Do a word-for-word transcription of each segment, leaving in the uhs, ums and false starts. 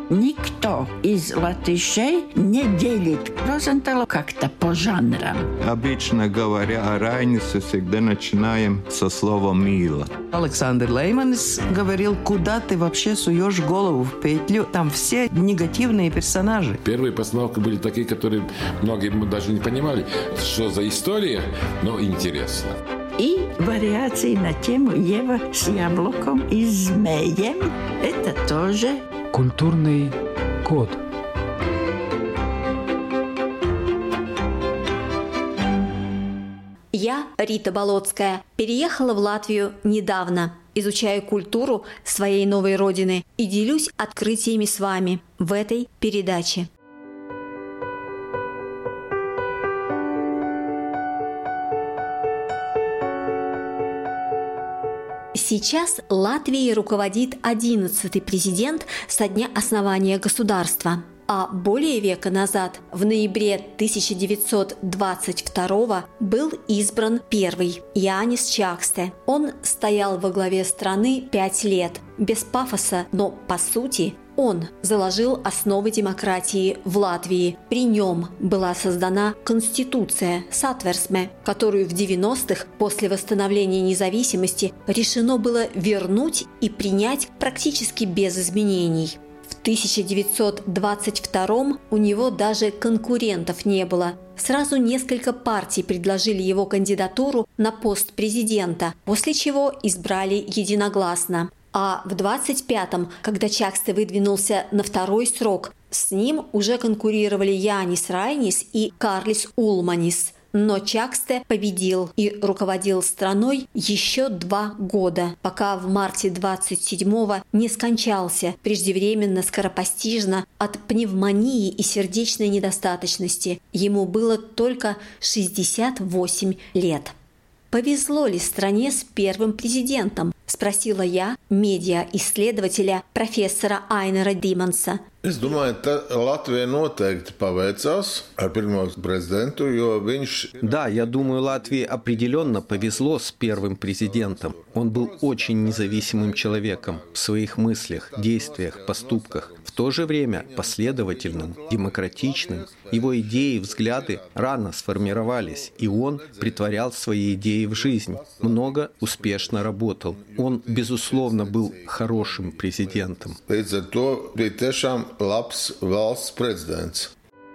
Никто из латышей не делит Розенталу как-то по жанрам. Обычно говоря о Райнисе, всегда начинаем со слова «мило». Александр Лейманис говорил, куда ты вообще суешь голову в петлю, там все негативные персонажи. Первые постановки были такие, которые многие даже не понимали, что за история, но интересно. И вариации на тему «Ева с яблоком и змеем» – это тоже культурный код. Я, Рита Болотская, переехала в Латвию недавно, изучаю культуру своей новой родины и делюсь открытиями с вами в этой передаче. Сейчас Латвией руководит одиннадцатый президент со дня основания государства. А более века назад, в ноябре тысяча девятьсот двадцать второго, был избран первый – Jānis Čakste. Он стоял во главе страны пять лет. Без пафоса, но по сути он заложил основы демократии в Латвии. При нем была создана Конституция Сатверсме, которую в девяностых, после восстановления независимости, решено было вернуть и принять практически без изменений. В тысяча девятьсот двадцать втором у него даже конкурентов не было. Сразу несколько партий предложили его кандидатуру на пост президента, после чего избрали единогласно. А в двадцать пятом, когда Čakste выдвинулся на второй срок, с ним уже конкурировали Jānis Rainis и Kārlis Ulmanis. Но Čakste победил и руководил страной еще два года, пока в марте двадцать седьмого не скончался преждевременно, скоропостижно от пневмонии и сердечной недостаточности. Ему было только шестьдесят восемь лет. «Повезло ли стране с первым президентом?» – спросила я медиа-исследователя профессора Айнера Диманса. Es domāju, ka Latvijai noteikti paveicās ar pirmo президенту, jo viņš... Да, я думаю, Латвии определенно повезло с первым президентом. Он был очень независимым человеком в своих мыслях, действиях, поступках. В то же время последовательным, демократичным. Его идеи и взгляды рано сформировались, и он притворял свои идеи в жизнь. Много успешно работал. Он, безусловно, был хорошим президентом. Līdz ar to bija tiešām labs valsts prezidents.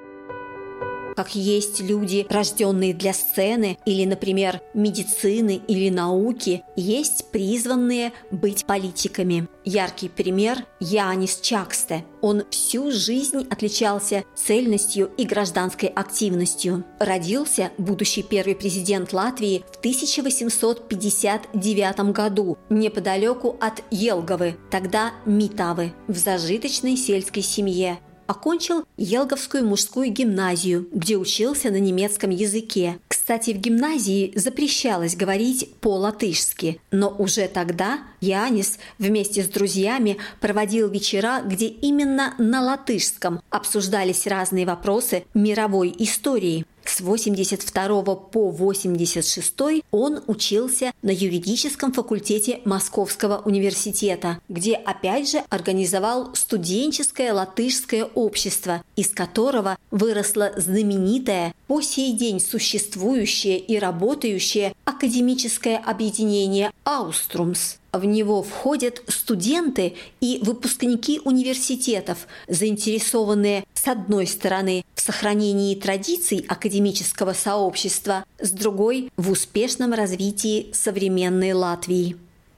Как есть люди, рожденные для сцены, или, например, медицины или науки, есть призванные быть политиками. Яркий пример – Jānis Čakste. Он всю жизнь отличался цельностью и гражданской активностью. Родился будущий первый президент Латвии в тысяча восемьсот пятьдесят девятом году, неподалеку от Елгавы, тогда Митавы, в зажиточной сельской семье. Окончил Елговскую мужскую гимназию, где учился на немецком языке. Кстати, в гимназии запрещалось говорить по-латышски, но уже тогда Jānis вместе с друзьями проводил вечера, где именно на латышском обсуждались разные вопросы мировой истории. С восемьдесят второго по восемьдесят шестой он учился на юридическом факультете Московского университета, где опять же организовал студенческое латышское общество, из которого выросло знаменитое, по сей день существующее и работающее академическое объединение «Ауструмс». В него входят студенты и выпускники университетов, заинтересованные, с одной стороны, в сохранении традиций академического сообщества, с другой – в успешном развитии современной Латвии.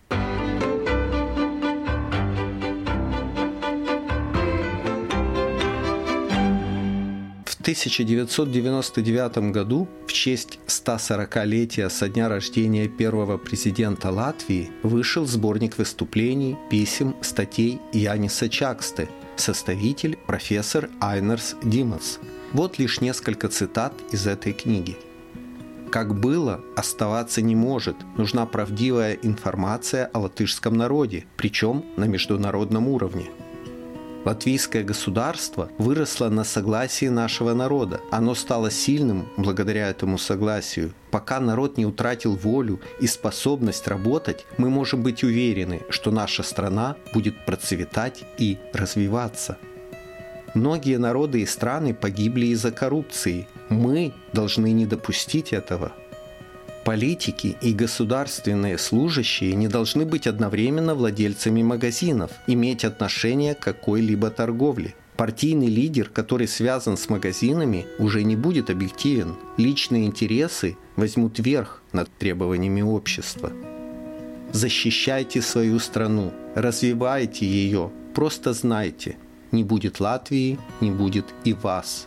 В тысяча девятьсот девяносто девятом году, в честь стосорокалетия со дня рождения первого президента Латвии, вышел сборник выступлений, писем, статей Jānisa Čakste, составитель профессор Айнерс Диманс. Вот лишь несколько цитат из этой книги. «Как было, оставаться не может. Нужна правдивая информация о латышском народе, причем на международном уровне. Латвийское государство выросло на согласии нашего народа. Оно стало сильным благодаря этому согласию. Пока народ не утратил волю и способность работать, мы можем быть уверены, что наша страна будет процветать и развиваться». Многие народы и страны погибли из-за коррупции. Мы должны не допустить этого. Политики и государственные служащие не должны быть одновременно владельцами магазинов, иметь отношение к какой-либо торговле. Партийный лидер, который связан с магазинами, уже не будет объективен. Личные интересы возьмут верх над требованиями общества. Защищайте свою страну, развивайте ее. Просто знайте, не будет Латвии, не будет и вас.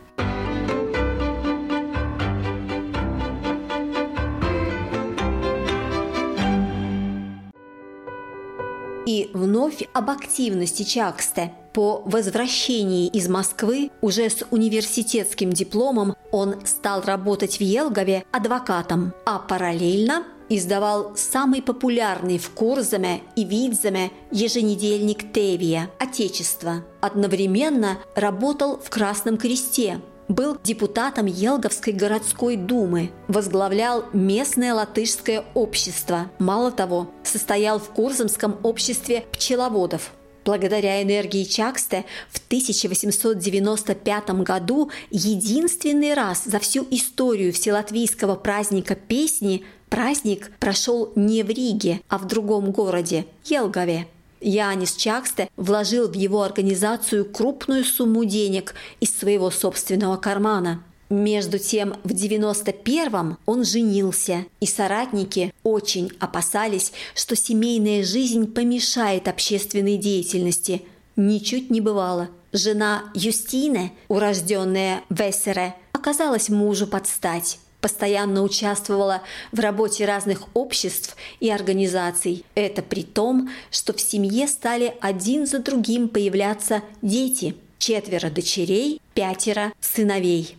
И вновь об активности Чаксте. По возвращении из Москвы уже с университетским дипломом он стал работать в Елгове адвокатом, а параллельно издавал самый популярный в Курзаме и Видземе еженедельник «Тевия» «Отечество». Одновременно работал в Красном Кресте, был депутатом Елговской городской думы, возглавлял местное латышское общество. Мало того, состоял в Курзамском обществе пчеловодов. Благодаря энергии Чаксте в тысяча восемьсот девяносто пятом году единственный раз за всю историю Вселатвийского праздника песни праздник прошел не в Риге, а в другом городе – Елгове. Янис Чаксте вложил в его организацию крупную сумму денег из своего собственного кармана. Между тем, в девяносто первом он женился, и соратники очень опасались, что семейная жизнь помешает общественной деятельности. Ничуть не бывало. Жена Юстине, урожденная Вессере, оказалась мужу под стать. Постоянно участвовала в работе разных обществ и организаций. Это при том, что в семье стали один за другим появляться дети. Четверо дочерей, пятеро сыновей.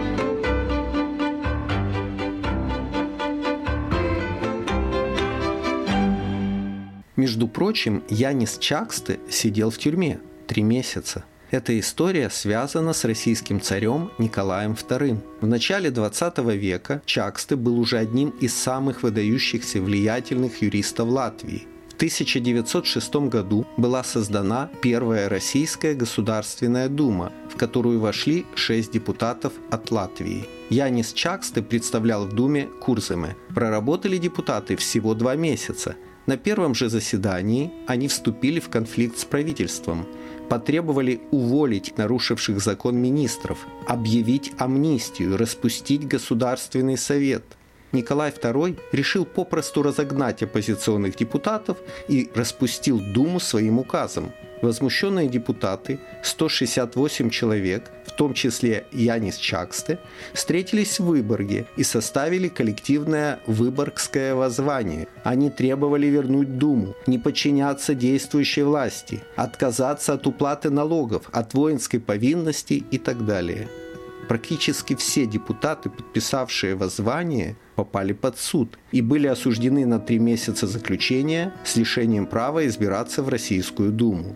Между прочим, Янис Чаксте сидел в тюрьме три месяца. Эта история связана с российским царем Николаем вторым. В начале двадцатого века Чаксте был уже одним из самых выдающихся влиятельных юристов Латвии. В тысяча девятьсот шестом году была создана первая Российская Государственная Дума, в которую вошли шесть депутатов от Латвии. Янис Чаксте представлял в Думе Курзаме. Проработали депутаты всего два месяца. На первом же заседании они вступили в конфликт с правительством, потребовали уволить нарушивших закон министров, объявить амнистию, распустить Государственный совет. Николай второй решил попросту разогнать оппозиционных депутатов и распустил Думу своим указом. Возмущенные депутаты, сто шестьдесят восемь человек, в том числе Янис Чаксте, встретились в Выборге и составили коллективное Выборгское воззвание. Они требовали вернуть Думу, не подчиняться действующей власти, отказаться от уплаты налогов, от воинской повинности и так далее. Практически все депутаты, подписавшие воззвание, попали под суд и были осуждены на три месяца заключения с лишением права избираться в Российскую Думу.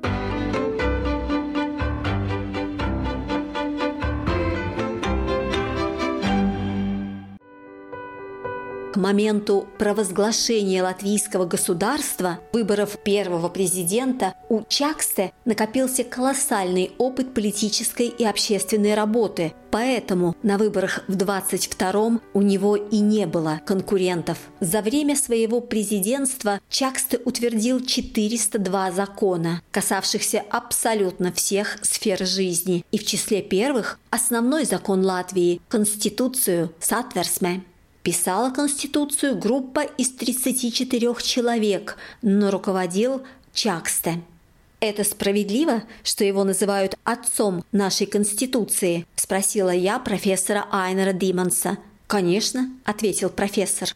К моменту провозглашения латвийского государства, выборов первого президента, у Чаксте накопился колоссальный опыт политической и общественной работы, поэтому на выборах в двадцать втором у него и не было конкурентов. За время своего президентства Чаксте утвердил четыреста два закона, касавшихся абсолютно всех сфер жизни, и в числе первых – основной закон Латвии – Конституцию Сатверсме. Писала Конституцию группа из тридцати четырёх человек, но руководил Чаксте. «Это справедливо, что его называют отцом нашей Конституции?» – спросила я профессора Айнера Диманса. «Конечно», – ответил профессор.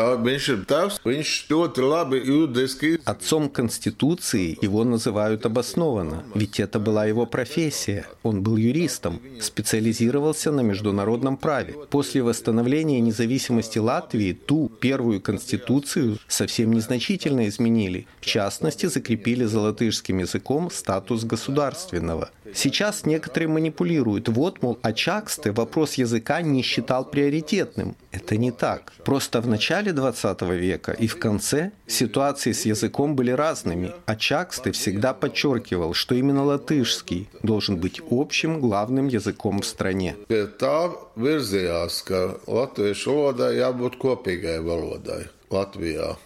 Отцом Конституции его называют обоснованно, ведь это была его профессия. Он был юристом, специализировался на международном праве. После восстановления независимости Латвии ту первую Конституцию совсем незначительно изменили. В частности, закрепили за латышским языком статус государственного. Сейчас некоторые манипулируют. Вот, мол, а Чаксте вопрос языка не считал приоритетным. Это не так. Просто в начале начале двадцатого века и в конце ситуации с языком были разными, а Чаксте всегdā подчеркивал, что именно латышский должен быть общим главным языком в стране. Pie tā virzījās, ka latviešu valodai jābūt kopīgai valodai Latvijā.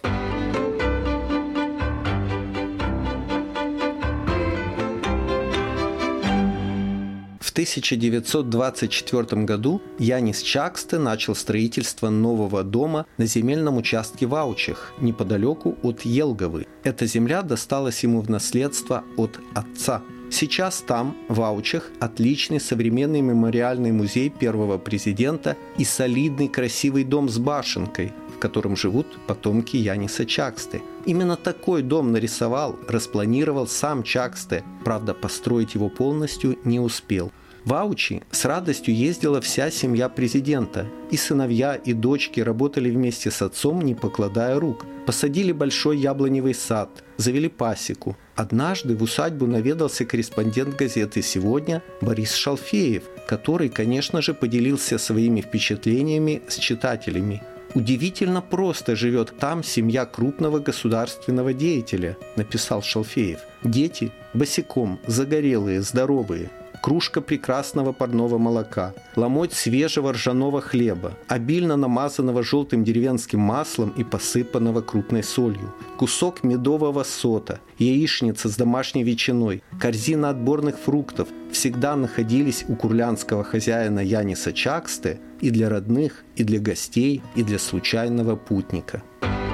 В тысяча девятьсот двадцать четвёртом году Янис Чаксте начал строительство нового дома на земельном участке в Аучах, неподалеку от Елговы. Эта земля досталась ему в наследство от отца. Сейчас там, в Аучах, отличный современный мемориальный музей первого президента и солидный красивый дом с башенкой, в котором живут потомки Яниса Чаксте. Именно такой дом нарисовал, распланировал сам Чаксте, правда, построить его полностью не успел. В Аучи с радостью ездила вся семья президента. И сыновья, и дочки работали вместе с отцом, не покладая рук. Посадили большой яблоневый сад, завели пасеку. Однажды в усадьбу наведался корреспондент газеты «Сегодня» Борис Шалфеев, который, конечно же, поделился своими впечатлениями с читателями. «Удивительно просто живет там семья крупного государственного деятеля», написал Шалфеев. «Дети босиком, загорелые, здоровые. Кружка прекрасного парного молока, ломоть свежего ржаного хлеба, обильно намазанного желтым деревенским маслом и посыпанного крупной солью, кусок медового сота, яичница с домашней ветчиной, корзина отборных фруктов всегда находились у курлянского хозяина Яниса Чаксте и для родных, и для гостей, и для случайного путника».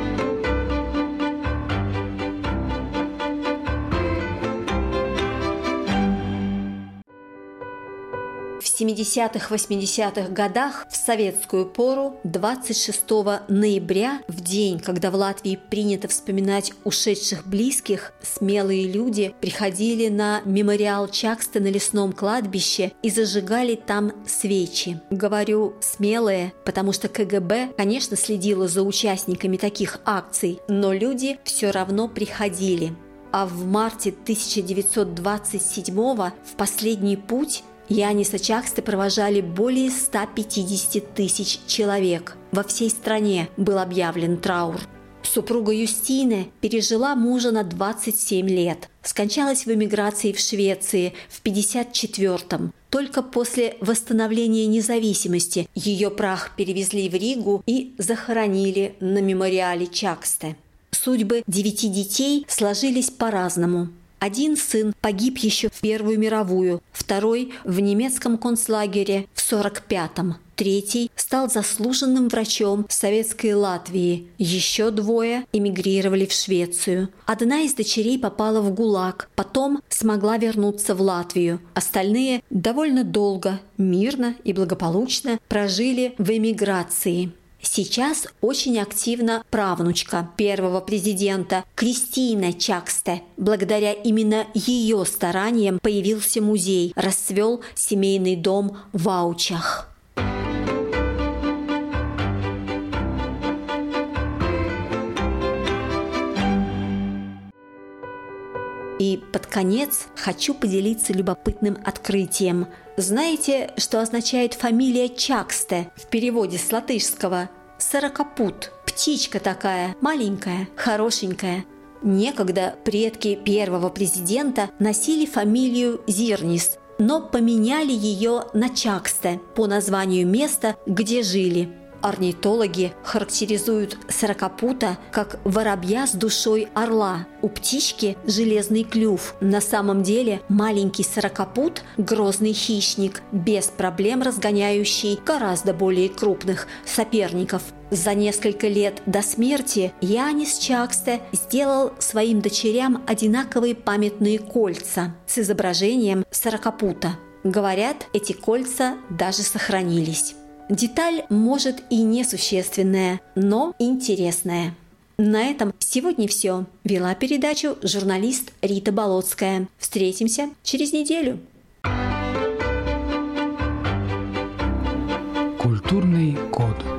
В семидесятых-восьмидесятых годах в советскую пору двадцать шестого ноября, в день, когда в Латвии принято вспоминать ушедших близких, смелые люди приходили на мемориал Чаксте на лесном кладбище и зажигали там свечи. Говорю «смелые», потому что ка гэ бэ, конечно, следило за участниками таких акций, но люди все равно приходили. А в марте тысяча девятьсот двадцать седьмого в последний путь Яниса Чаксте провожали более ста пятидесяти тысяч человек. Во всей стране был объявлен траур. Супруга Юстина пережила мужа на двадцать семь лет. Скончалась в эмиграции в Швеции в пятьдесят четвёртом. Только после восстановления независимости ее прах перевезли в Ригу и захоронили на мемориале Чаксте. Судьбы девяти детей сложились по-разному. Один сын погиб еще в Первую мировую, второй – в немецком концлагере в сорок пятом, третий стал заслуженным врачом Советской Латвии, еще двое эмигрировали в Швецию. Одна из дочерей попала в ГУЛАГ, потом смогла вернуться в Латвию. Остальные довольно долго, мирно и благополучно прожили в эмиграции. Сейчас очень активна правнучка первого президента Кристина Чаксте. Благодаря именно ее стараниям появился музей, расцвел семейный дом в Аучах. И под конец хочу поделиться любопытным открытием. Знаете, что означает фамилия Чаксте в переводе с латышского? Сорокопут. Птичка такая, маленькая, хорошенькая. Некогда предки первого президента носили фамилию Зирнис, но поменяли ее на Чаксте по названию места, где жили. Орнитологи характеризуют сорокопута как воробья с душой орла. У птички железный клюв. На самом деле маленький сорокопут – грозный хищник, без проблем разгоняющий гораздо более крупных соперников. За несколько лет до смерти Янис Чаксте сделал своим дочерям одинаковые памятные кольца с изображением сорокопута. Говорят, эти кольца даже сохранились. Деталь, может, и несущественная, но интересная. На этом сегодня все. Вела передачу журналист Рита Болотская. Встретимся через неделю. Культурный код.